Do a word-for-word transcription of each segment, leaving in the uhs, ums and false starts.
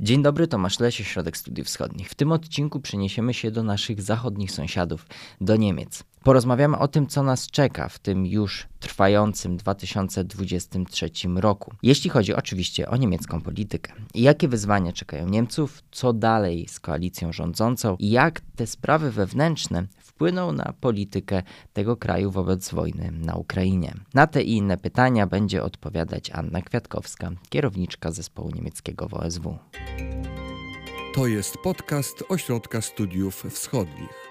Dzień dobry, Tomasz Lesie, Środek Studiów Wschodnich. W tym odcinku przeniesiemy się do naszych zachodnich sąsiadów, do Niemiec. Porozmawiamy o tym, co nas czeka w tym już trwającym dwa tysiące dwudziestym trzecim roku. Jeśli chodzi oczywiście o niemiecką politykę. I jakie wyzwania czekają Niemców, co dalej z koalicją rządzącą i jak te sprawy wewnętrzne wpłyną na politykę tego kraju wobec wojny na Ukrainie. Na te i inne pytania będzie odpowiadać Anna Kwiatkowska, kierowniczka zespołu niemieckiego w O S W. To jest podcast Ośrodka Studiów Wschodnich.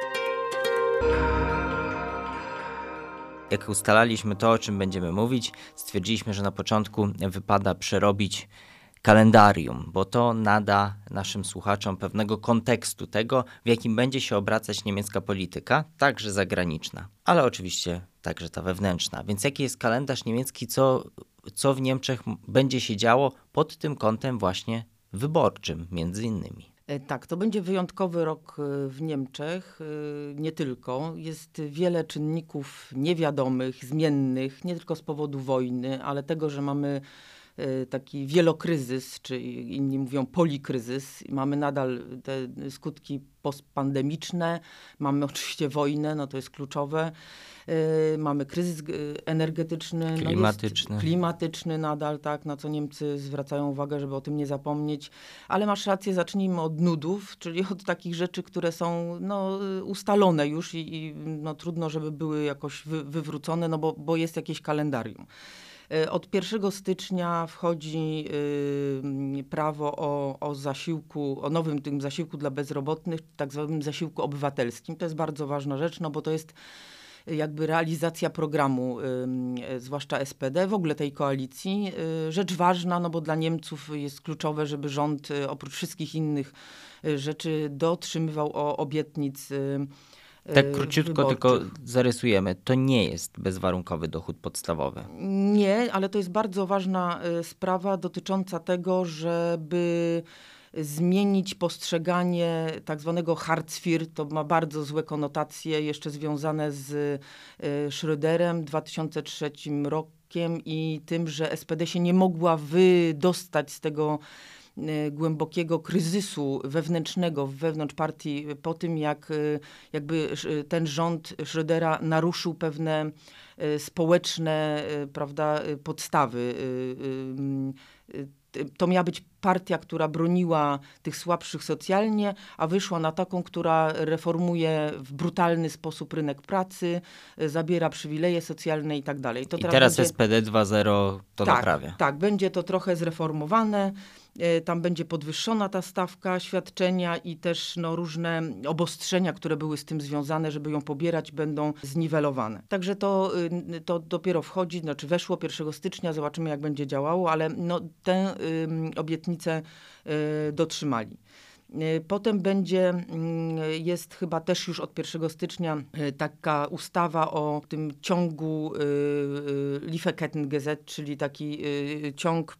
Jak ustalaliśmy to, o czym będziemy mówić, stwierdziliśmy, że na początku wypada przerobić kalendarium, bo to nada naszym słuchaczom pewnego kontekstu tego, w jakim będzie się obracać niemiecka polityka, także zagraniczna, ale oczywiście także ta wewnętrzna. Więc jaki jest kalendarz niemiecki, co, co w Niemczech będzie się działo pod tym kątem właśnie wyborczym między innymi? Tak, to będzie wyjątkowy rok w Niemczech, nie tylko. Jest wiele czynników niewiadomych, zmiennych, nie tylko z powodu wojny, ale tego, że mamy taki wielokryzys, czy inni mówią polikryzys. Mamy nadal te skutki postpandemiczne, mamy oczywiście wojnę, no to jest kluczowe. Mamy kryzys energetyczny, klimatyczny. No jest klimatyczny nadal, tak, na co Niemcy zwracają uwagę, żeby o tym nie zapomnieć. Ale masz rację, zacznijmy od nudów, czyli od takich rzeczy, które są no, ustalone już i, i no, trudno, żeby były jakoś wy, wywrócone, no bo, bo jest jakieś kalendarium. Od pierwszego stycznia wchodzi y, prawo o, o zasiłku, o nowym tym zasiłku dla bezrobotnych, tak zwanym zasiłku obywatelskim. To jest bardzo ważna rzecz, no bo to jest jakby realizacja programu, y, zwłaszcza S P D, w ogóle tej koalicji. Y, rzecz ważna, no bo dla Niemców jest kluczowe, żeby rząd y, oprócz wszystkich innych y, rzeczy dotrzymywał o obietnic y, Tak króciutko wyborczych. tylko zarysujemy. To nie jest bezwarunkowy dochód podstawowy. Nie, ale to jest bardzo ważna y, sprawa dotycząca tego, żeby zmienić postrzeganie tak zwanego Hartz vier. To ma bardzo złe konotacje, jeszcze związane z y, Schröderem dwa tysiące trzecim rokiem i tym, że S P D się nie mogła wydostać z tego głębokiego kryzysu wewnętrznego wewnątrz partii po tym, jak jakby ten rząd Schrödera naruszył pewne społeczne, prawda, podstawy. To miała być partia, która broniła tych słabszych socjalnie, a wyszła na taką, która reformuje w brutalny sposób rynek pracy, zabiera przywileje socjalne i tak dalej. To I teraz będzie... S P D dwa zero to tak, naprawia. Tak, będzie to trochę zreformowane. Tam będzie podwyższona ta stawka świadczenia i też no, różne obostrzenia, które były z tym związane, żeby ją pobierać, będą zniwelowane. Także to, to dopiero wchodzi, znaczy weszło pierwszego stycznia, zobaczymy jak będzie działało, ale no, tę y, obietnicę y, dotrzymali. Potem będzie, jest chyba też już od pierwszego stycznia taka ustawa o tym ciągu Lieferkettengesetz, czyli taki ciąg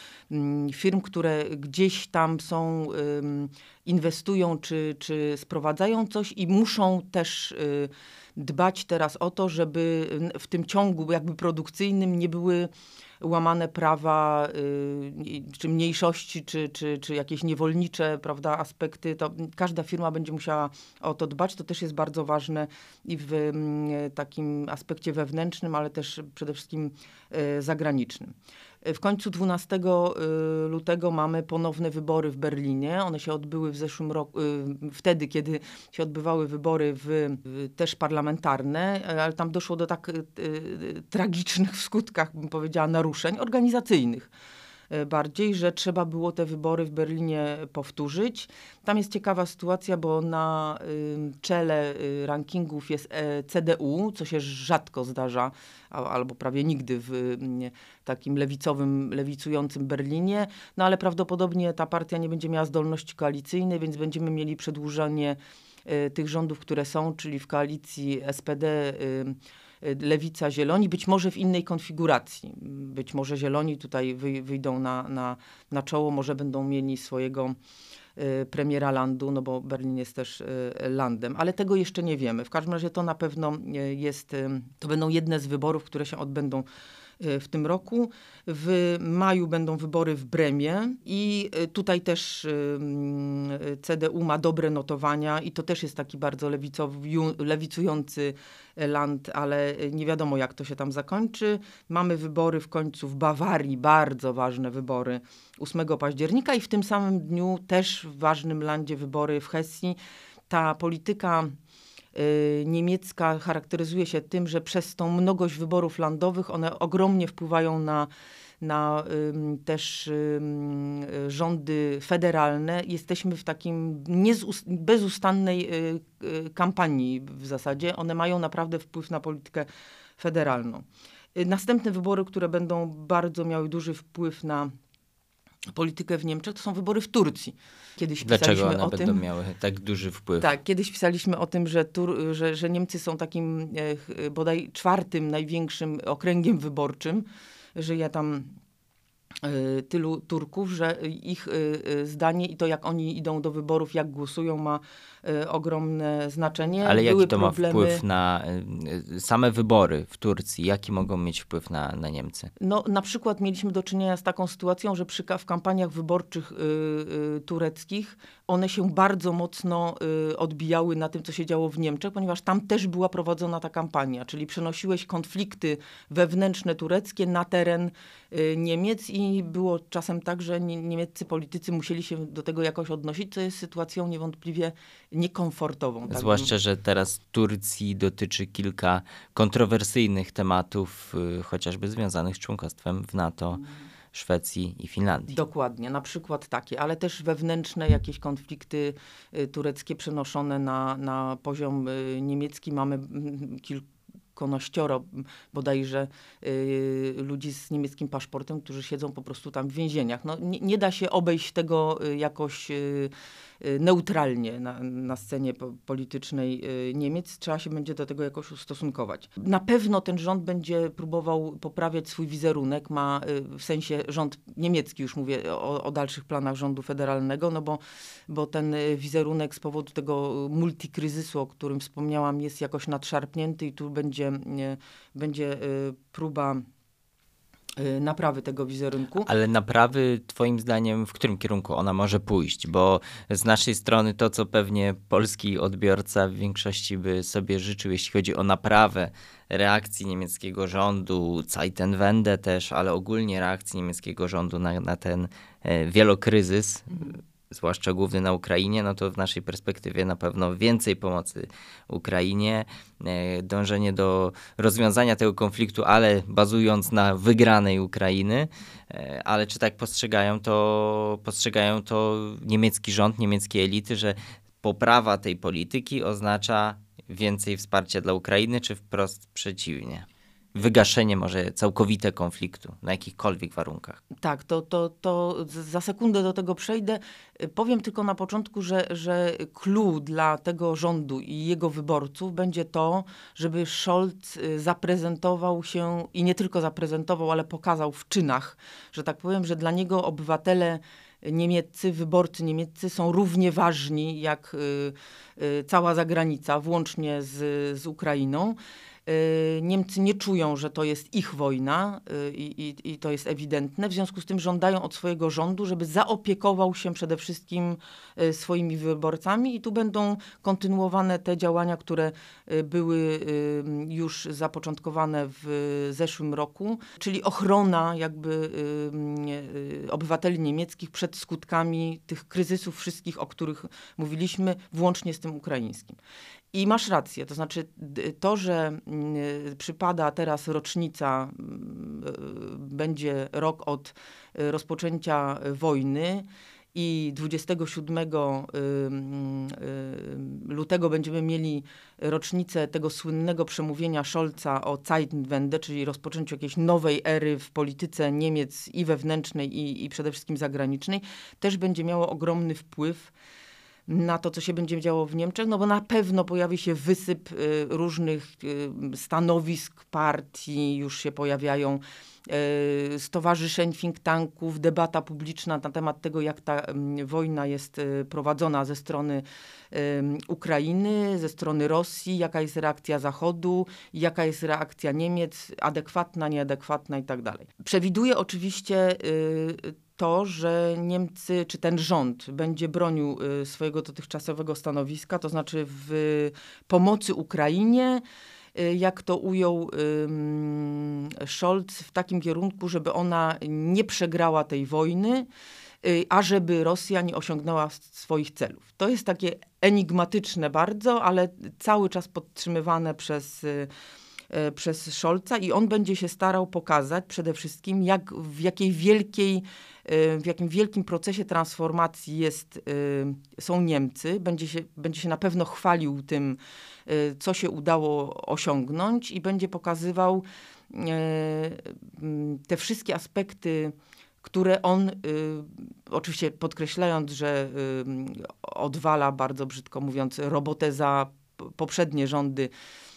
firm, które gdzieś tam są, inwestują czy, czy sprowadzają coś i muszą też dbać teraz o to, żeby w tym ciągu jakby produkcyjnym nie były łamane prawa, y, czy mniejszości, czy, czy, czy jakieś niewolnicze, prawda, aspekty. To każda firma będzie musiała o to dbać. To też jest bardzo ważne i w y, takim aspekcie wewnętrznym, ale też przede wszystkim y, zagranicznym. W końcu dwunastego lutego mamy ponowne wybory w Berlinie. One się odbyły w zeszłym roku, wtedy, kiedy się odbywały wybory w, też parlamentarne, ale tam doszło do tak y, tragicznych w skutkach, bym powiedziała, naruszeń organizacyjnych. Bardziej, że trzeba było te wybory w Berlinie powtórzyć. Tam jest ciekawa sytuacja, bo na y, czele y, rankingów jest e, C D U, co się rzadko zdarza, a, albo prawie nigdy w y, takim lewicowym, lewicującym Berlinie. No ale prawdopodobnie ta partia nie będzie miała zdolności koalicyjnej, więc będziemy mieli przedłużenie y, tych rządów, które są, czyli w koalicji S P D, y, Lewica, Zieloni, być może w innej konfiguracji. Być może Zieloni tutaj wy, wyjdą na, na, na czoło, może będą mieli swojego y, premiera landu, no bo Berlin jest też y, landem, ale tego jeszcze nie wiemy. W każdym razie to na pewno y, jest, y, to będą jedne z wyborów, które się odbędą w tym roku. W maju będą wybory w Bremie i tutaj też C D U ma dobre notowania i to też jest taki bardzo lewicowy, lewicujący land, ale nie wiadomo, jak to się tam zakończy. Mamy wybory w końcu w Bawarii, bardzo ważne wybory ósmego października i w tym samym dniu też w ważnym landzie wybory w Hesji. Ta polityka y, niemiecka charakteryzuje się tym, że przez tą mnogość wyborów landowych one ogromnie wpływają na na y, też y, y, rządy federalne. Jesteśmy w takim niezus- bezustannej y, y, kampanii w zasadzie. One mają naprawdę wpływ na politykę federalną. Y, następne wybory, które będą bardzo miały duży wpływ na politykę w Niemczech, to są wybory w Turcji. Kiedyś Dlaczego one o będą tym, miały tak duży wpływ? Tak, kiedyś pisaliśmy o tym, że, Tur, że, że Niemcy są takim e, bodaj czwartym największym okręgiem wyborczym, że ja tam e, tylu Turków, że ich e, zdanie i to, jak oni idą do wyborów, jak głosują, ma e, ogromne znaczenie. Ale jaki Były to problemy... ma wpływ na y, same wybory w Turcji? Jaki mogą mieć wpływ na, na Niemcy? No, na przykład mieliśmy do czynienia z taką sytuacją, że przy, w kampaniach wyborczych y, y, tureckich one się bardzo mocno y, odbijały na tym, co się działo w Niemczech, ponieważ tam też była prowadzona ta kampania, czyli przenosiłeś konflikty wewnętrzne tureckie na teren y, Niemiec i było czasem tak, że nie, niemieccy politycy musieli się do tego jakoś odnosić, co jest sytuacją niewątpliwie niekomfortową. Tak Zwłaszcza, bym... że teraz Turcji dotyczy kilka kontrowersyjnych tematów, y, chociażby związanych z członkostwem w NATO, Szwecji i Finlandii. Dokładnie, na przykład takie, ale też wewnętrzne jakieś konflikty y, tureckie przenoszone na, na poziom y, niemiecki. Mamy mm, kilkunaścioro bodajże y, ludzi z niemieckim paszportem, którzy siedzą po prostu tam w więzieniach. No, nie, nie da się obejść tego y, jakoś y, neutralnie na, na scenie po, politycznej y, Niemiec. Trzeba się będzie do tego jakoś ustosunkować. Na pewno ten rząd będzie próbował poprawiać swój wizerunek. Ma y, w sensie rząd niemiecki, już mówię o, o dalszych planach rządu federalnego, no bo, bo ten wizerunek z powodu tego multikryzysu, o którym wspomniałam, jest jakoś nadszarpnięty i tu będzie, y, będzie y, próba naprawy tego wizerunku. Ale naprawy, twoim zdaniem, w którym kierunku ona może pójść? Bo z naszej strony to, co pewnie polski odbiorca w większości by sobie życzył, jeśli chodzi o naprawę reakcji niemieckiego rządu, Zeitenwende też, ale ogólnie reakcji niemieckiego rządu na, na ten e, wielokryzys, mhm. zwłaszcza główny na Ukrainie, no to w naszej perspektywie na pewno więcej pomocy Ukrainie, e, dążenie do rozwiązania tego konfliktu, ale bazując na wygranej Ukrainy, e, ale czy tak postrzegają to, postrzegają to niemiecki rząd, niemieckie elity, że poprawa tej polityki oznacza więcej wsparcia dla Ukrainy, czy wprost przeciwnie? Wygaszenie może całkowite konfliktu na jakichkolwiek warunkach. Tak, to, to, to za sekundę do tego przejdę. Powiem tylko na początku, że, że clue dla tego rządu i jego wyborców będzie to, żeby Scholz zaprezentował się i nie tylko zaprezentował, ale pokazał w czynach, że tak powiem, że dla niego obywatele niemieccy, wyborcy niemieccy są równie ważni jak y, y, cała zagranica, włącznie z, z Ukrainą. Niemcy nie czują, że to jest ich wojna i, i, i to jest ewidentne. W związku z tym żądają od swojego rządu, żeby zaopiekował się przede wszystkim swoimi wyborcami i tu będą kontynuowane te działania, które były już zapoczątkowane w zeszłym roku, czyli ochrona jakby obywateli niemieckich przed skutkami tych kryzysów wszystkich, o których mówiliśmy, włącznie z tym ukraińskim. I masz rację, to znaczy to, że y, przypada teraz rocznica, y, będzie rok od y, rozpoczęcia wojny i dwudziestego siódmego lutego będziemy mieli rocznicę tego słynnego przemówienia Scholza o Zeitenwende, czyli rozpoczęciu jakiejś nowej ery w polityce Niemiec i wewnętrznej i, i przede wszystkim zagranicznej, też będzie miało ogromny wpływ na to, co się będzie działo w Niemczech, no bo na pewno pojawi się wysyp y, różnych y, stanowisk partii, już się pojawiają y, stowarzyszeń, think tanków, debata publiczna na temat tego, jak ta y, wojna jest y, prowadzona ze strony y, Ukrainy, ze strony Rosji, jaka jest reakcja Zachodu, jaka jest reakcja Niemiec, adekwatna, nieadekwatna i tak dalej. Przewiduję oczywiście y, to, że Niemcy, czy ten rząd będzie bronił y, swojego dotychczasowego stanowiska, to znaczy w pomocy Ukrainie, y, jak to ujął y, Scholz, w takim kierunku, żeby ona nie przegrała tej wojny, y, a żeby Rosja nie osiągnęła swoich celów. To jest takie enigmatyczne bardzo, ale cały czas podtrzymywane przez y, przez Scholza i on będzie się starał pokazać przede wszystkim, jak, w jakiej wielkiej, w jakim wielkim procesie transformacji jest, są Niemcy. Będzie się, będzie się na pewno chwalił tym, co się udało osiągnąć i będzie pokazywał te wszystkie aspekty, które on, oczywiście podkreślając, że odwala, bardzo brzydko mówiąc, robotę za poprzednie rządy,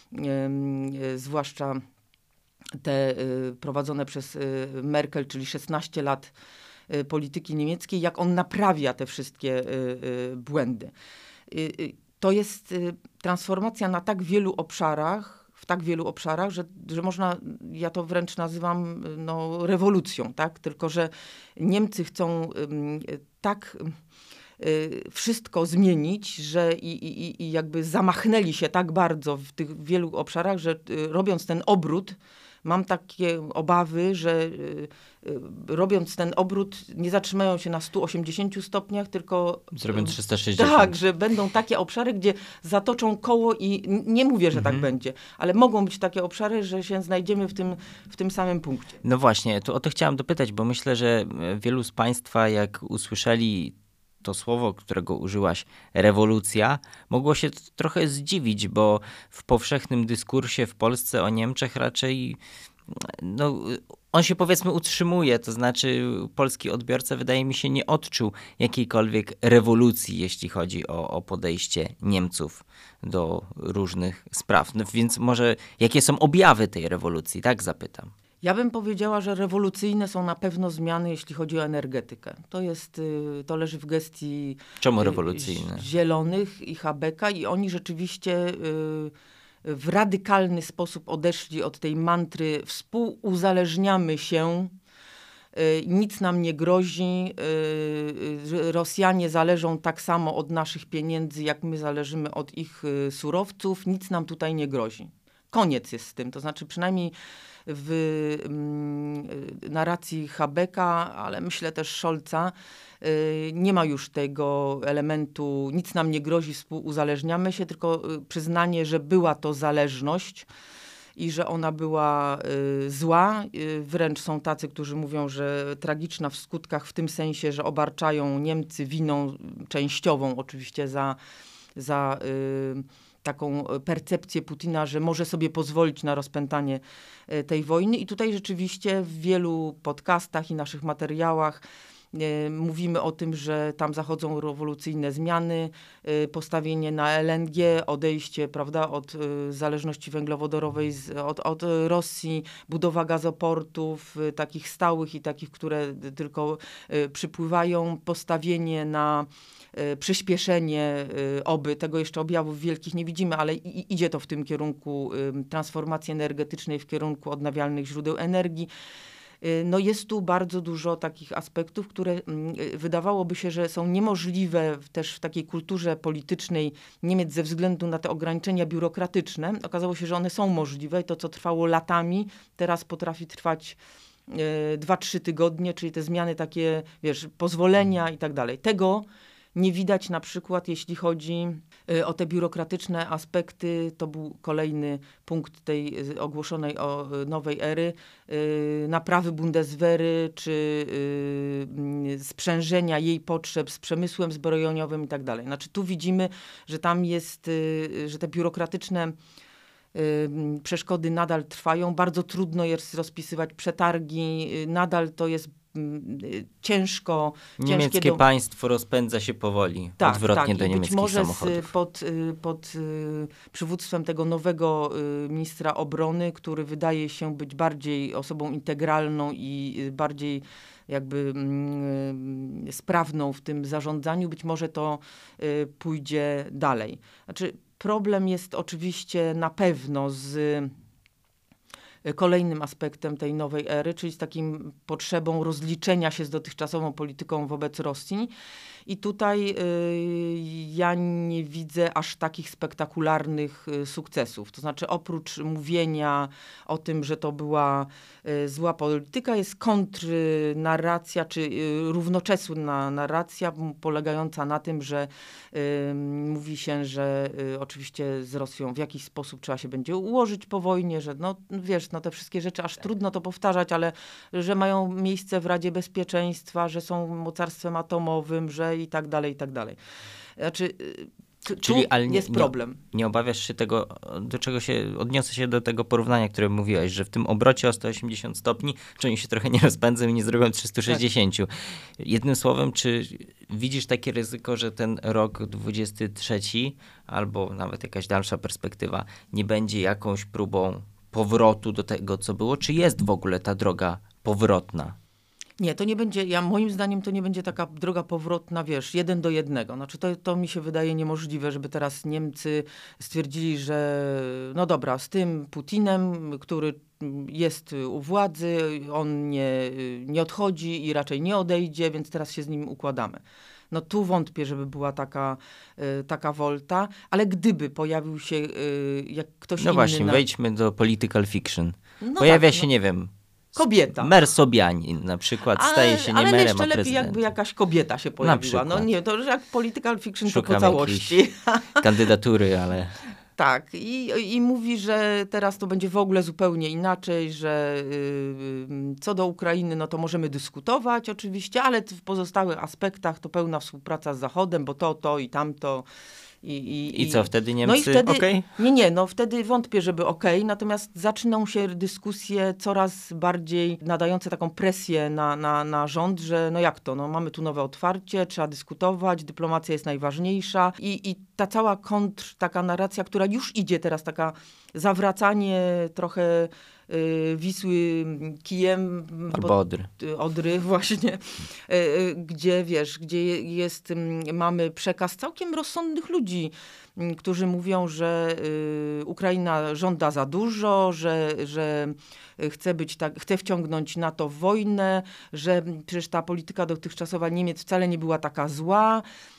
zwłaszcza te prowadzone przez Merkel, czyli szesnaście lat polityki niemieckiej, jak on naprawia te wszystkie błędy. To jest transformacja na tak wielu obszarach, w tak wielu obszarach, że, że można, ja to wręcz nazywam no, rewolucją, tak? Tylko że Niemcy chcą tak wszystko zmienić, że i, i, i jakby zamachnęli się tak bardzo w tych wielu obszarach, że robiąc ten obrót, mam takie obawy, że robiąc ten obrót nie zatrzymają się na stu osiemdziesięciu stopniach, tylko zrobią trzysta sześćdziesiąt. Tak, że będą takie obszary, gdzie zatoczą koło i nie mówię, że mhm. tak będzie, ale mogą być takie obszary, że się znajdziemy w tym, w tym samym punkcie. No właśnie, to o to chciałam dopytać, bo myślę, że wielu z Państwa, jak usłyszeli to słowo, którego użyłaś, rewolucja, mogło się trochę zdziwić, bo w powszechnym dyskursie w Polsce o Niemczech raczej no, on się powiedzmy utrzymuje, to znaczy polski odbiorca wydaje mi się nie odczuł jakiejkolwiek rewolucji, jeśli chodzi o, o podejście Niemców do różnych spraw. No, więc może jakie są objawy tej rewolucji, tak zapytam. Ja bym powiedziała, że rewolucyjne są na pewno zmiany, jeśli chodzi o energetykę. To jest, to leży w gestii Czemu rewolucyjne? Zielonych i Habecka i oni rzeczywiście w radykalny sposób odeszli od tej mantry współuzależniamy się, nic nam nie grozi, Rosjanie zależą tak samo od naszych pieniędzy, jak my zależymy od ich surowców, nic nam tutaj nie grozi. Koniec jest z tym, to znaczy przynajmniej w mm, narracji Habecka, ale myślę też Scholza, y, nie ma już tego elementu nic nam nie grozi, współuzależniamy się, tylko y, przyznanie, że była to zależność i że ona była y, zła. Y, wręcz są tacy, którzy mówią, że tragiczna w skutkach w tym sensie, że obarczają Niemcy winą częściową oczywiście za, za y, taką percepcję Putina, że może sobie pozwolić na rozpętanie tej wojny. I tutaj rzeczywiście w wielu podcastach i naszych materiałach e, mówimy o tym, że tam zachodzą rewolucyjne zmiany, e, postawienie na L N G, odejście, prawda, od e, zależności węglowodorowej, z, od, od Rosji, budowa gazoportów, e, takich stałych i takich, które tylko e, przypływają, postawienie na przyspieszenie, oby, tego jeszcze objawów wielkich nie widzimy, ale i, idzie to w tym kierunku transformacji energetycznej, w kierunku odnawialnych źródeł energii. No jest tu bardzo dużo takich aspektów, które wydawałoby się, że są niemożliwe też w takiej kulturze politycznej Niemiec ze względu na te ograniczenia biurokratyczne. Okazało się, że one są możliwe i to, co trwało latami, teraz potrafi trwać dwa, trzy tygodnie, czyli te zmiany takie, wiesz, pozwolenia i tak dalej. Tego nie widać na przykład, jeśli chodzi o te biurokratyczne aspekty. To był kolejny punkt tej ogłoszonej o nowej ery. Naprawy Bundeswehry, czy sprzężenia jej potrzeb z przemysłem zbrojeniowym i tak dalej. Znaczy tu widzimy, że tam jest, że te biurokratyczne przeszkody nadal trwają. Bardzo trudno jest rozpisywać przetargi. Nadal to jest ciężko... Niemieckie do... państwo rozpędza się powoli, tak, odwrotnie tak. do I niemieckich być może samochodów. Z, pod, pod przywództwem tego nowego ministra obrony, który wydaje się być bardziej osobą integralną i bardziej jakby mm, sprawną w tym zarządzaniu, być może to y, pójdzie dalej. Znaczy, problem jest oczywiście na pewno z y, kolejnym aspektem tej nowej ery, czyli z takim potrzebą rozliczenia się z dotychczasową polityką wobec Rosji. I tutaj y, ja nie widzę aż takich spektakularnych y, sukcesów. To znaczy oprócz mówienia o tym, że to była y, zła polityka, jest kontrnarracja, czy y, równoczesna narracja m, polegająca na tym, że y, mówi się, że y, oczywiście z Rosją w jakiś sposób trzeba się będzie ułożyć po wojnie, że no wiesz, no te wszystkie rzeczy, aż trudno to powtarzać, ale że mają miejsce w Radzie Bezpieczeństwa, że są mocarstwem atomowym, że i tak dalej, i tak dalej. Znaczy, tu Czyli, ale nie, jest problem. Nie, nie obawiasz się tego, do czego się, odniosę się do tego porównania, które mówiłeś, że w tym obrocie o sto osiemdziesiąt stopni, czy oni się trochę nie rozpędzą i nie zrobią trzysta sześćdziesiąt. Tak. Jednym słowem, czy widzisz takie ryzyko, że ten rok dwudziesty trzeci, albo nawet jakaś dalsza perspektywa, nie będzie jakąś próbą powrotu do tego, co było? Czy jest w ogóle ta droga powrotna? Nie, to nie będzie, ja moim zdaniem to nie będzie taka droga powrotna, wiesz, jeden do jednego. Znaczy to, to mi się wydaje niemożliwe, żeby teraz Niemcy stwierdzili, że no dobra, z tym Putinem, który jest u władzy, on nie, nie odchodzi i raczej nie odejdzie, więc teraz się z nim układamy. No tu wątpię, żeby była taka, y, taka wolta, ale gdyby pojawił się y, jak ktoś no inny... No właśnie, na... wejdźmy do political fiction. No Pojawia tak, się, no. nie wiem... Kobieta. Mer Sobianin na przykład ale, staje się nie ale merem, jeszcze a lepiej prezydentem. jakby jakaś kobieta się pojawiła. No nie, to jak political fiction Szukam to po całości. kandydatury, ale... Tak. I, I mówi, że teraz to będzie w ogóle zupełnie inaczej, że yy, co do Ukrainy, no to możemy dyskutować oczywiście, ale w pozostałych aspektach to pełna współpraca z Zachodem, bo to, to i tamto. I, i, I co wtedy Niemcy? No i wtedy, okay? Nie, nie, no wtedy wątpię, żeby okej, okay, natomiast zaczną się dyskusje coraz bardziej nadające taką presję na, na, na rząd, że no jak to, no mamy tu nowe otwarcie, trzeba dyskutować, dyplomacja jest najważniejsza i, i ta cała kontr, taka narracja, która już idzie teraz, taka zawracanie trochę y, Wisły kijem. Albo bo, Odry. Odry właśnie, y, y, gdzie wiesz, gdzie jest, y, mamy przekaz całkiem rozsądnych ludzi, y, którzy mówią, że y, Ukraina żąda za dużo, że, że chce być tak, chce wciągnąć NATO w wojnę, że przecież ta polityka dotychczasowa Niemiec wcale nie była taka zła,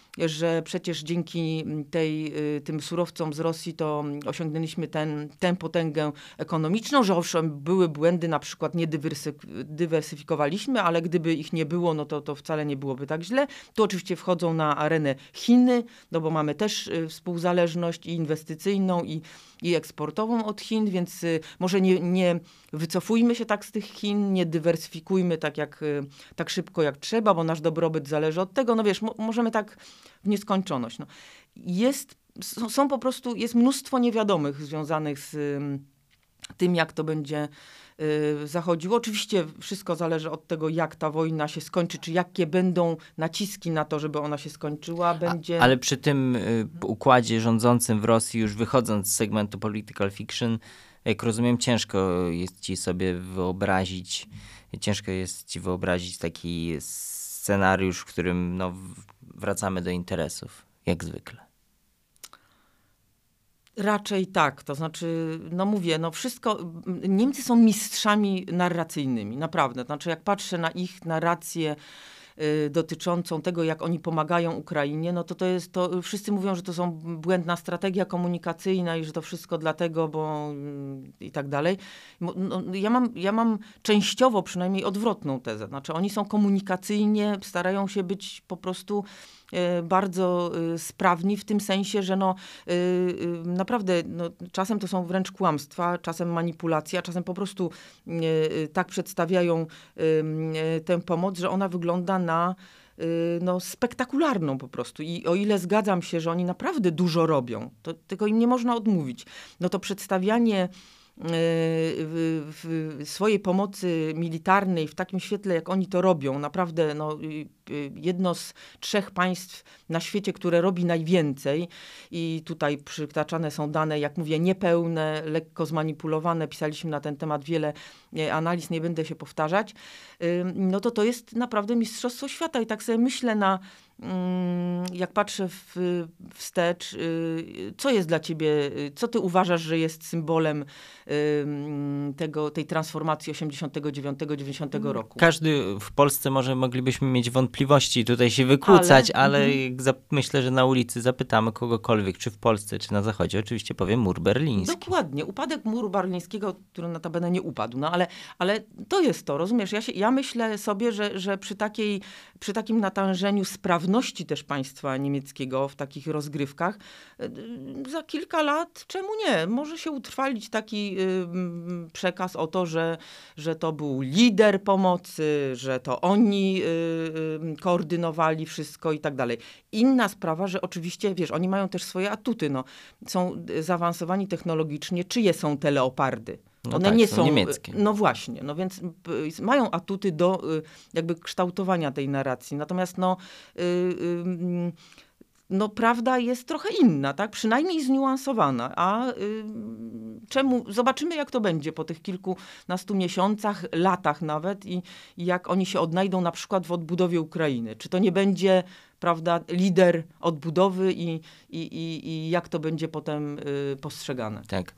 że przecież dzięki tej, tym surowcom z Rosji to osiągnęliśmy ten, tę potęgę ekonomiczną, że owszem, były błędy, na przykład nie dywersyfikowaliśmy, ale gdyby ich nie było, no to, to wcale nie byłoby tak źle. Tu oczywiście wchodzą na arenę Chiny, no bo mamy też współzależność i inwestycyjną, i, i eksportową od Chin, więc może nie, nie wycofujmy się tak z tych Chin, nie dywersyfikujmy tak, jak, tak szybko jak trzeba, bo nasz dobrobyt zależy od tego. No wiesz, mo- możemy tak w nieskończoność. No. Jest, są po prostu, jest mnóstwo niewiadomych związanych z um, tym, jak to będzie y, zachodziło. Oczywiście wszystko zależy od tego, jak ta wojna się skończy, czy jakie będą naciski na to, żeby ona się skończyła. Będzie... A, ale przy tym y, układzie rządzącym w Rosji, już wychodząc z segmentu political fiction, jak rozumiem, ciężko jest ci sobie wyobrazić, ciężko jest ci wyobrazić taki scenariusz, w którym no, wracamy do interesów, jak zwykle. Raczej tak, to znaczy, no mówię, no wszystko, Niemcy są mistrzami narracyjnymi, naprawdę. To znaczy, jak patrzę na ich narrację y, dotyczącą tego, jak oni pomagają Ukrainie, no to to jest, to wszyscy mówią, że to są błędna strategia komunikacyjna i że to wszystko dlatego, bo y, i tak dalej. No, ja mam, ja mam częściowo przynajmniej odwrotną tezę. Znaczy, oni są komunikacyjnie, starają się być po prostu bardzo sprawni w tym sensie, że no, naprawdę no, czasem to są wręcz kłamstwa, czasem manipulacja, czasem po prostu tak przedstawiają tę pomoc, że ona wygląda na no, spektakularną po prostu. I o ile zgadzam się, że oni naprawdę dużo robią, to tego im nie można odmówić, no to przedstawianie w, w swojej pomocy militarnej w takim świetle, jak oni to robią, naprawdę no, jedno z trzech państw na świecie, które robi najwięcej i tutaj przytaczane są dane, jak mówię, niepełne, lekko zmanipulowane, pisaliśmy na ten temat wiele analiz, nie będę się powtarzać, no to to jest naprawdę mistrzostwo świata i tak sobie myślę na jak patrzę w, wstecz, co jest dla ciebie, co ty uważasz, że jest symbolem tego, tej transformacji osiemdziesiątego dziewiątego dziewięćdziesiątego roku? Każdy w Polsce może moglibyśmy mieć wątpliwości, tutaj się wykłócać, ale, ale mm. za, myślę, że na ulicy zapytamy kogokolwiek, czy w Polsce, czy na Zachodzie, oczywiście powie mur berliński. Dokładnie. Upadek muru berlińskiego, który notabene nie upadł, no ale, ale to jest to, rozumiesz? Ja, się, ja myślę sobie, że, że przy, takiej, przy takim natężeniu sprawności też państwa niemieckiego w takich rozgrywkach, za kilka lat, czemu nie? Może się utrwalić taki y, przekaz o to, że, że to był lider pomocy, że to oni y, y, koordynowali wszystko i tak dalej. Inna sprawa, że oczywiście, wiesz, oni mają też swoje atuty, no. Są zaawansowani technologicznie. Czyje są te leopardy? No One tak, nie są, są niemieckie. No właśnie, no więc y, mają atuty do y, jakby kształtowania tej narracji. Natomiast no, y, y, no prawda jest trochę inna, tak? Przynajmniej zniuansowana. A y, czemu? Zobaczymy, jak to będzie po tych kilkunastu miesiącach, latach nawet i, i jak oni się odnajdą na przykład w odbudowie Ukrainy. Czy to nie będzie, prawda, lider odbudowy i, i, i, i jak to będzie potem y, postrzegane? Tak.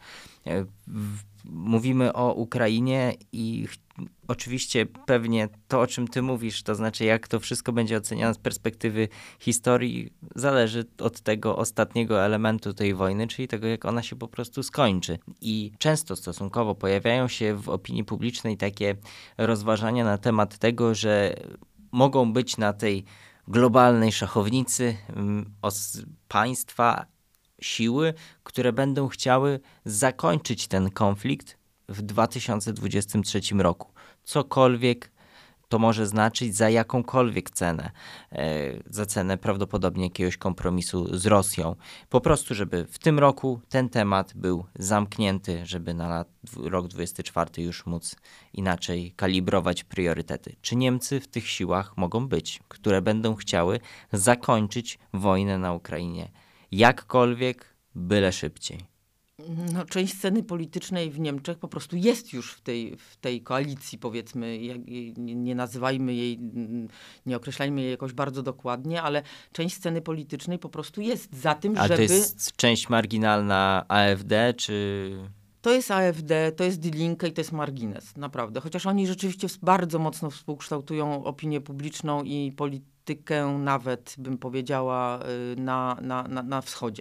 Mówimy o Ukrainie i oczywiście pewnie to, o czym ty mówisz, to znaczy jak to wszystko będzie oceniane z perspektywy historii, zależy od tego ostatniego elementu tej wojny, czyli tego, jak ona się po prostu skończy. I często stosunkowo pojawiają się w opinii publicznej takie rozważania na temat tego, że mogą być na tej globalnej szachownicy os- państwa, siły, które będą chciały zakończyć ten konflikt w dwa tysiące dwudziestym trzecim roku. Cokolwiek to może znaczyć, za jakąkolwiek cenę. E, za cenę prawdopodobnie jakiegoś kompromisu z Rosją. Po prostu, żeby w tym roku ten temat był zamknięty, żeby na lat, rok dwudziesty czwarty już móc inaczej kalibrować priorytety. Czy Niemcy w tych siłach mogą być, które będą chciały zakończyć wojnę na Ukrainie? Jakkolwiek, byle szybciej. No, część sceny politycznej w Niemczech po prostu jest już w tej, w tej koalicji, powiedzmy, nie, nie nazywajmy jej, nie określajmy jej jakoś bardzo dokładnie, ale część sceny politycznej po prostu jest za tym, A żeby... to jest część marginalna A F D, czy... To jest A F D, to jest Die Linke i to jest margines, naprawdę. Chociaż oni rzeczywiście bardzo mocno współkształtują opinię publiczną i politykę nawet, bym powiedziała, na, na, na, na wschodzie.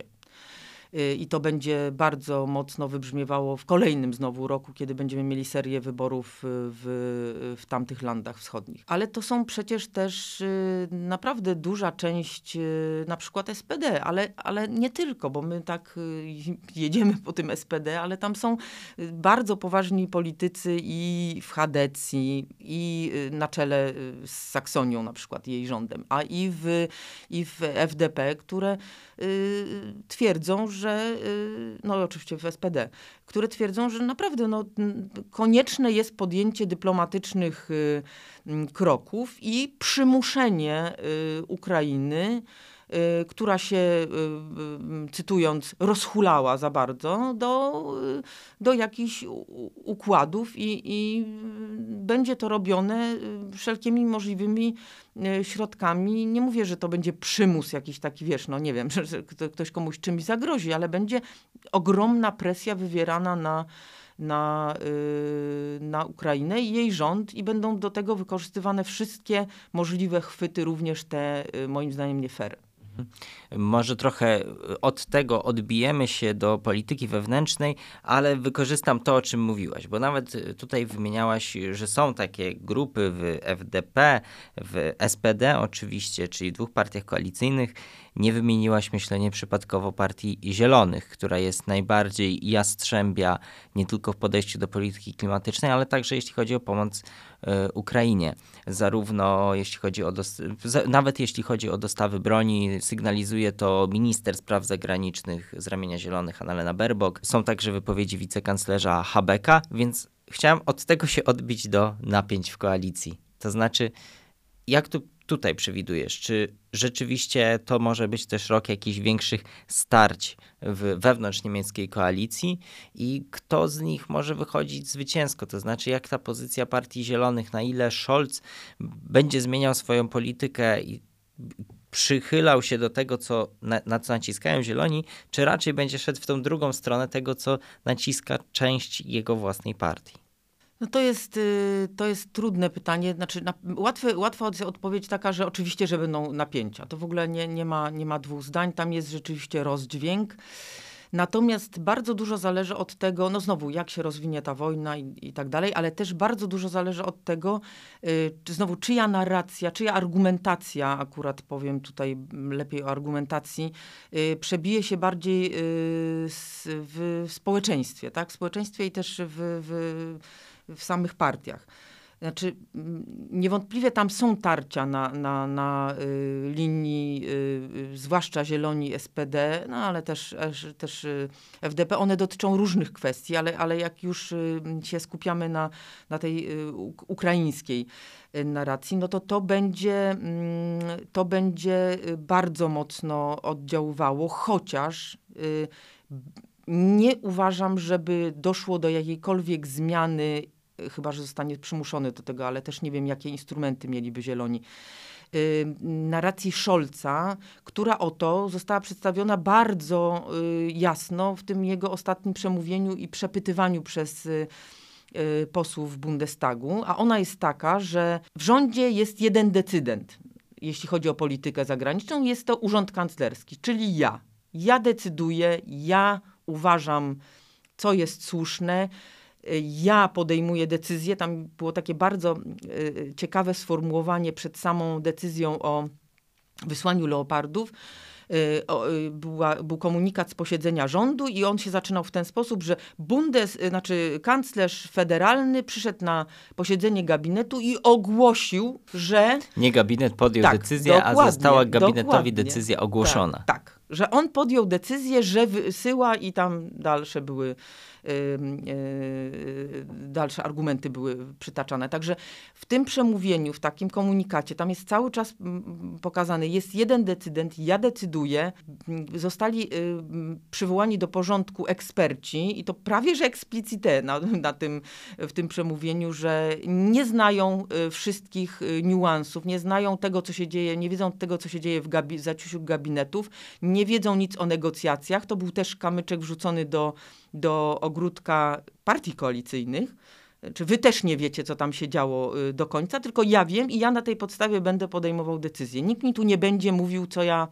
I to będzie bardzo mocno wybrzmiewało w kolejnym znowu roku, kiedy będziemy mieli serię wyborów w, w tamtych landach wschodnich. Ale to są przecież też naprawdę duża część na przykład S P D, ale, ale nie tylko, bo my tak jedziemy po tym S P D, ale tam są bardzo poważni politycy i w Hadecji, i na czele z Saksonią na przykład, jej rządem, a i w, i w F D P, które y, twierdzą, że że, no oczywiście w S P D, które twierdzą, że naprawdę no, konieczne jest podjęcie dyplomatycznych y, y, kroków i przymuszenie y, Ukrainy, y, która się, y, y, cytując, rozhulała za bardzo do, y, do jakichś u, układów i, i będzie to robione wszelkimi możliwymi środkami. Nie mówię, że to będzie przymus jakiś taki, wiesz, no nie wiem, że, że ktoś komuś czymś zagrozi, ale będzie ogromna presja wywierana na, na, yy, na Ukrainę i jej rząd i będą do tego wykorzystywane wszystkie możliwe chwyty, również te, yy, moim zdaniem, nie fair. Może trochę od tego odbijemy się do polityki wewnętrznej, ale wykorzystam to, o czym mówiłaś, bo nawet tutaj wymieniałaś, że są takie grupy w F D P, w S P D oczywiście, czyli dwóch partiach koalicyjnych, Nie wymieniłaś, myślę, nieprzypadkowo Partii Zielonych, która jest najbardziej jastrzębia nie tylko w podejściu do polityki klimatycznej, ale także jeśli chodzi o pomoc y, Ukrainie. Zarówno jeśli chodzi o dos- nawet jeśli chodzi o dostawy broni, sygnalizuje to minister spraw zagranicznych z ramienia Zielonych, Annalena Baerbock. Są także wypowiedzi wicekanclerza Habecka, więc chciałem od tego się odbić do napięć w koalicji. To znaczy, jak tu tutaj przewidujesz? Czy rzeczywiście to może być też rok jakichś większych starć w wewnątrz niemieckiej koalicji i kto z nich może wychodzić zwycięsko? To znaczy, jak ta pozycja Partii Zielonych, na ile Scholz będzie zmieniał swoją politykę i przychylał się do tego, co, na, na co naciskają Zieloni, czy raczej będzie szedł w tą drugą stronę tego, co naciska część jego własnej partii? No to jest, to jest trudne pytanie. Znaczy, na, łatwe, łatwa odpowiedź taka, że oczywiście, że będą napięcia. To w ogóle nie, nie, ma, nie ma dwóch zdań. Tam jest rzeczywiście rozdźwięk. Natomiast bardzo dużo zależy od tego, no znowu, jak się rozwinie ta wojna i, i tak dalej, ale też bardzo dużo zależy od tego, y, czy znowu, czyja narracja, czyja argumentacja, akurat powiem tutaj lepiej o argumentacji, y, przebije się bardziej y, s, w, w społeczeństwie, tak? W społeczeństwie i też w, w w samych partiach. Znaczy, niewątpliwie tam są tarcia na, na, na y, linii, y, y, zwłaszcza Zieloni, S P D, no ale też, też y, F D P. One dotyczą różnych kwestii, ale, ale jak już y, się skupiamy na, na tej y, ukraińskiej y, narracji, no to to będzie, y, to będzie bardzo mocno oddziaływało, chociaż y, nie uważam, żeby doszło do jakiejkolwiek zmiany, chyba że zostanie przymuszony do tego, ale też nie wiem, jakie instrumenty mieliby Zieloni. Yy, narracji Scholza, która oto została przedstawiona bardzo yy, jasno w tym jego ostatnim przemówieniu i przepytywaniu przez yy, yy, posłów Bundestagu, a ona jest taka, że w rządzie jest jeden decydent, jeśli chodzi o politykę zagraniczną, jest to urząd kanclerski, czyli ja. Ja decyduję, ja uważam, co jest słuszne, ja podejmuję decyzję. Tam było takie bardzo y, ciekawe sformułowanie przed samą decyzją o wysłaniu leopardów. Y, o, y, była, był komunikat z posiedzenia rządu i on się zaczynał w ten sposób, że Bundes, y, znaczy kanclerz federalny przyszedł na posiedzenie gabinetu i ogłosił, że... Nie gabinet podjął tak, decyzję, a została gabinetowi dokładnie. decyzja ogłoszona. Tak, tak, że on podjął decyzję, że wysyła i tam dalsze były Yy, yy, dalsze argumenty były przytaczane. Także w tym przemówieniu, w takim komunikacie, tam jest cały czas m, pokazany, jest jeden decydent, ja decyduję. Zostali yy, przywołani do porządku eksperci i to prawie, że explicite na, na tym, w tym przemówieniu, że nie znają yy, wszystkich yy, niuansów, nie znają tego, co się dzieje, nie wiedzą tego, co się dzieje w gabi- zaciusiu gabinetów, nie wiedzą nic o negocjacjach. To był też kamyczek wrzucony do do ogródka partii koalicyjnych. Czy wy też nie wiecie, co tam się działo do końca, tylko ja wiem i ja na tej podstawie będę podejmował decyzje. Nikt mi tu nie będzie mówił, co ja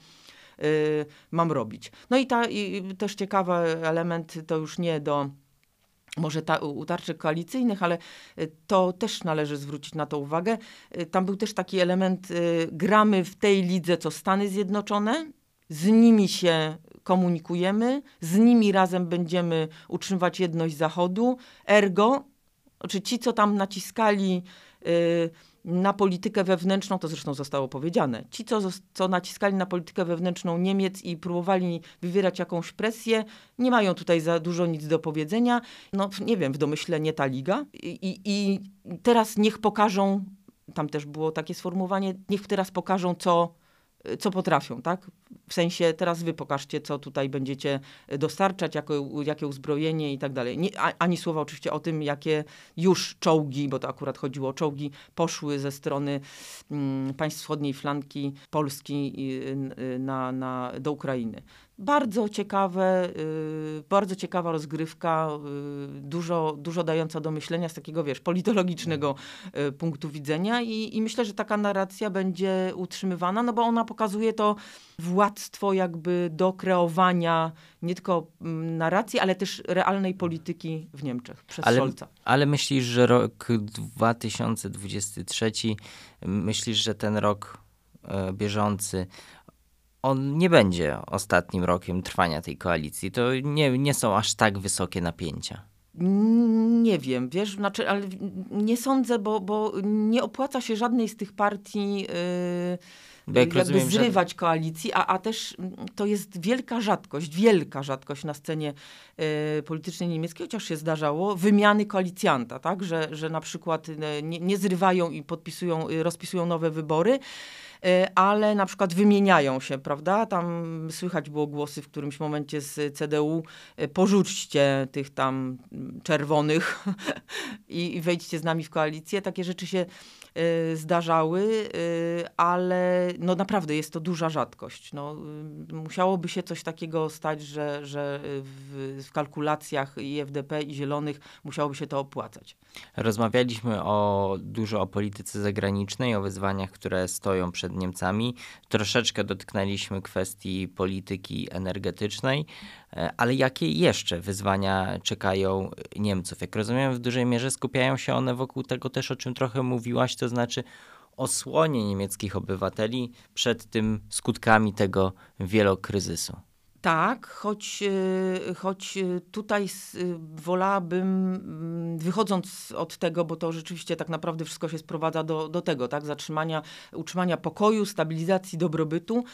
y, mam robić. No i, ta, i też ciekawy element, to już nie do może ta, u tarczy koalicyjnych, ale to też należy zwrócić na to uwagę. Tam był też taki element, y, gramy w tej lidze, co Stany Zjednoczone, z nimi się komunikujemy, z nimi razem będziemy utrzymywać jedność Zachodu. Ergo, czy ci, co tam naciskali y, na politykę wewnętrzną, to zresztą zostało powiedziane, ci, co, co naciskali na politykę wewnętrzną Niemiec i próbowali wywierać jakąś presję, nie mają tutaj za dużo nic do powiedzenia. No nie wiem, w domyśle nie ta liga. I, i teraz niech pokażą, tam też było takie sformułowanie, niech teraz pokażą, co co potrafią, tak? W sensie teraz wy pokażcie, co tutaj będziecie dostarczać, jako, jakie uzbrojenie i tak dalej. Nie, ani słowa oczywiście o tym, jakie już czołgi, bo to akurat chodziło o czołgi, poszły ze strony mm, państw wschodniej flanki Polski y, na, na, do Ukrainy. Bardzo ciekawe, y, bardzo ciekawa rozgrywka, y, dużo, dużo dająca do myślenia z takiego, wiesz, politologicznego y, punktu widzenia i, i myślę, że taka narracja będzie utrzymywana, no bo ona pokazuje to władztwo jakby do kreowania nie tylko mm, narracji, ale też realnej polityki w Niemczech przez ale, Scholza. Ale myślisz, że rok dwa tysiące dwudziesty trzeci, myślisz, że ten rok e, bieżący on nie będzie ostatnim rokiem trwania tej koalicji. To nie, nie są aż tak wysokie napięcia. Nie wiem, wiesz, znaczy, ale nie sądzę, bo, bo nie opłaca się żadnej z tych partii yy, jakby rozumiem, zrywać że... koalicji, a, a też to jest wielka rzadkość, wielka rzadkość na scenie yy, politycznej niemieckiej, chociaż się zdarzało, wymiany koalicjanta, tak, że, że na przykład nie, nie zrywają i podpisują, rozpisują nowe wybory, ale na przykład wymieniają się, prawda? Tam słychać było głosy w którymś momencie z C D U, porzućcie tych tam czerwonych i, i wejdźcie z nami w koalicję. Takie rzeczy się y, zdarzały, y, ale no naprawdę jest to duża rzadkość. No, y, musiałoby się coś takiego stać, że, że w, w kalkulacjach i F D P i Zielonych musiałoby się to opłacać. Rozmawialiśmy o, dużo o polityce zagranicznej, o wyzwaniach, które stoją przed Niemcami. Troszeczkę dotknęliśmy kwestii polityki energetycznej, ale jakie jeszcze wyzwania czekają Niemców? Jak rozumiem, w dużej mierze skupiają się one wokół tego też, o czym trochę mówiłaś, to znaczy osłonie niemieckich obywateli przed tym skutkami tego wielokryzysu. Tak, choć, choć tutaj wolałabym, wychodząc od tego, bo to rzeczywiście tak naprawdę wszystko się sprowadza do, do tego, tak, zatrzymania, utrzymania pokoju, stabilizacji, dobrobytu,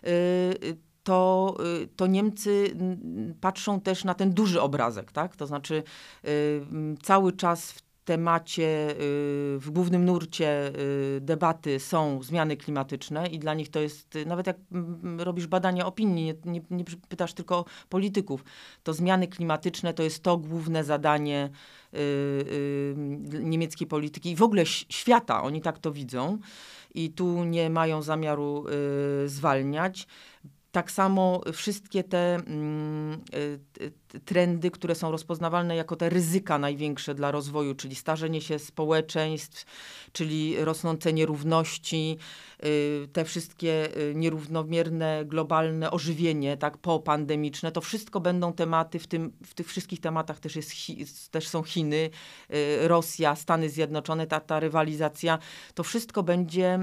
to, to Niemcy patrzą też na ten duży obrazek, tak, to znaczy cały czas w temacie, w głównym nurcie debaty są zmiany klimatyczne i dla nich to jest, nawet jak robisz badania opinii, nie, nie, nie pytasz tylko polityków, to zmiany klimatyczne to jest to główne zadanie y, y, niemieckiej polityki i w ogóle świata, oni tak to widzą i tu nie mają zamiaru y, zwalniać. Tak samo wszystkie te mm, y, trendy, które są rozpoznawalne jako te ryzyka największe dla rozwoju, czyli starzenie się społeczeństw, czyli rosnące nierówności, y, te wszystkie y, nierównomierne globalne ożywienie, tak, popandemiczne, to wszystko będą tematy, w, tym, w tych wszystkich tematach też, jest, też są Chiny, y, Rosja, Stany Zjednoczone, ta, ta rywalizacja, to wszystko będzie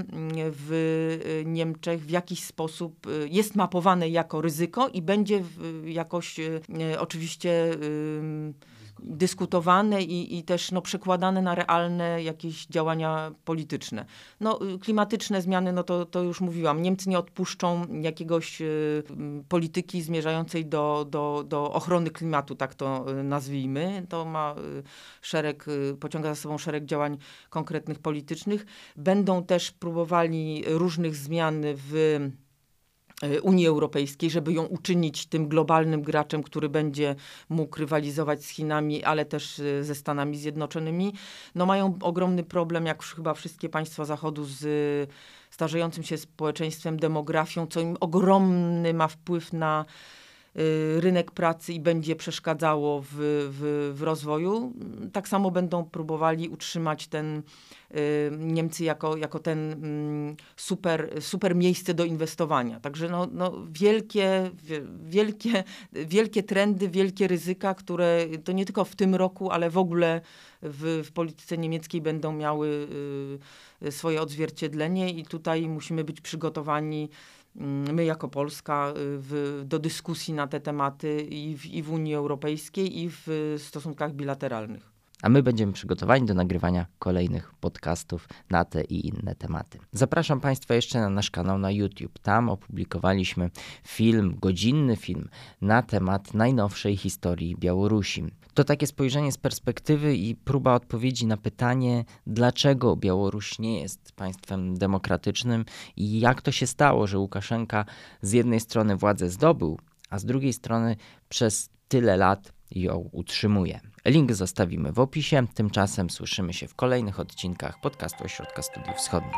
w Niemczech w jakiś sposób, y, jest mapowane jako ryzyko i będzie w, jakoś y, oczywiście y, dyskutowane i, i też no, przekładane na realne jakieś działania polityczne. No, klimatyczne zmiany, no to, to już mówiłam, Niemcy nie odpuszczą jakiegoś y, polityki zmierzającej do, do, do ochrony klimatu, tak to y, nazwijmy. To ma y, szereg, y, pociąga za sobą szereg działań konkretnych politycznych. Będą też próbowali różnych zmian w Unii Europejskiej, żeby ją uczynić tym globalnym graczem, który będzie mógł rywalizować z Chinami, ale też ze Stanami Zjednoczonymi. No mają ogromny problem, jak chyba wszystkie państwa Zachodu, z starzejącym się społeczeństwem, demografią, co im ogromny ma wpływ na rynek pracy i będzie przeszkadzało w, w, w rozwoju. Tak samo będą próbowali utrzymać ten y, Niemcy jako, jako ten y, super, super miejsce do inwestowania. Także no, no wielkie, wielkie, wielkie trendy, wielkie ryzyka, które to nie tylko w tym roku, ale w ogóle w, w polityce niemieckiej będą miały y, swoje odzwierciedlenie i tutaj musimy być przygotowani my jako Polska w, do dyskusji na te tematy i w, i w Unii Europejskiej, i w stosunkach bilateralnych. A my będziemy przygotowani do nagrywania kolejnych podcastów na te i inne tematy. Zapraszam Państwa jeszcze na nasz kanał na YouTube. Tam opublikowaliśmy film, godzinny film na temat najnowszej historii Białorusi. To takie spojrzenie z perspektywy i próba odpowiedzi na pytanie, dlaczego Białoruś nie jest państwem demokratycznym i jak to się stało, że Łukaszenka z jednej strony władzę zdobył, a z drugiej strony przez tyle lat ją utrzymuje. Link zostawimy w opisie. Tymczasem słyszymy się w kolejnych odcinkach podcastu Ośrodka Studiów Wschodnich.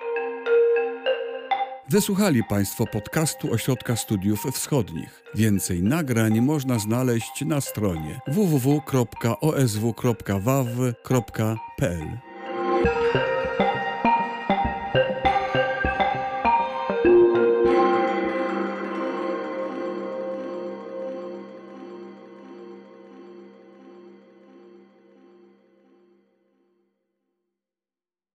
Wysłuchali Państwo podcastu Ośrodka Studiów Wschodnich. Więcej nagrań można znaleźć na stronie w w w kropka o s w kropka w a w kropka p l.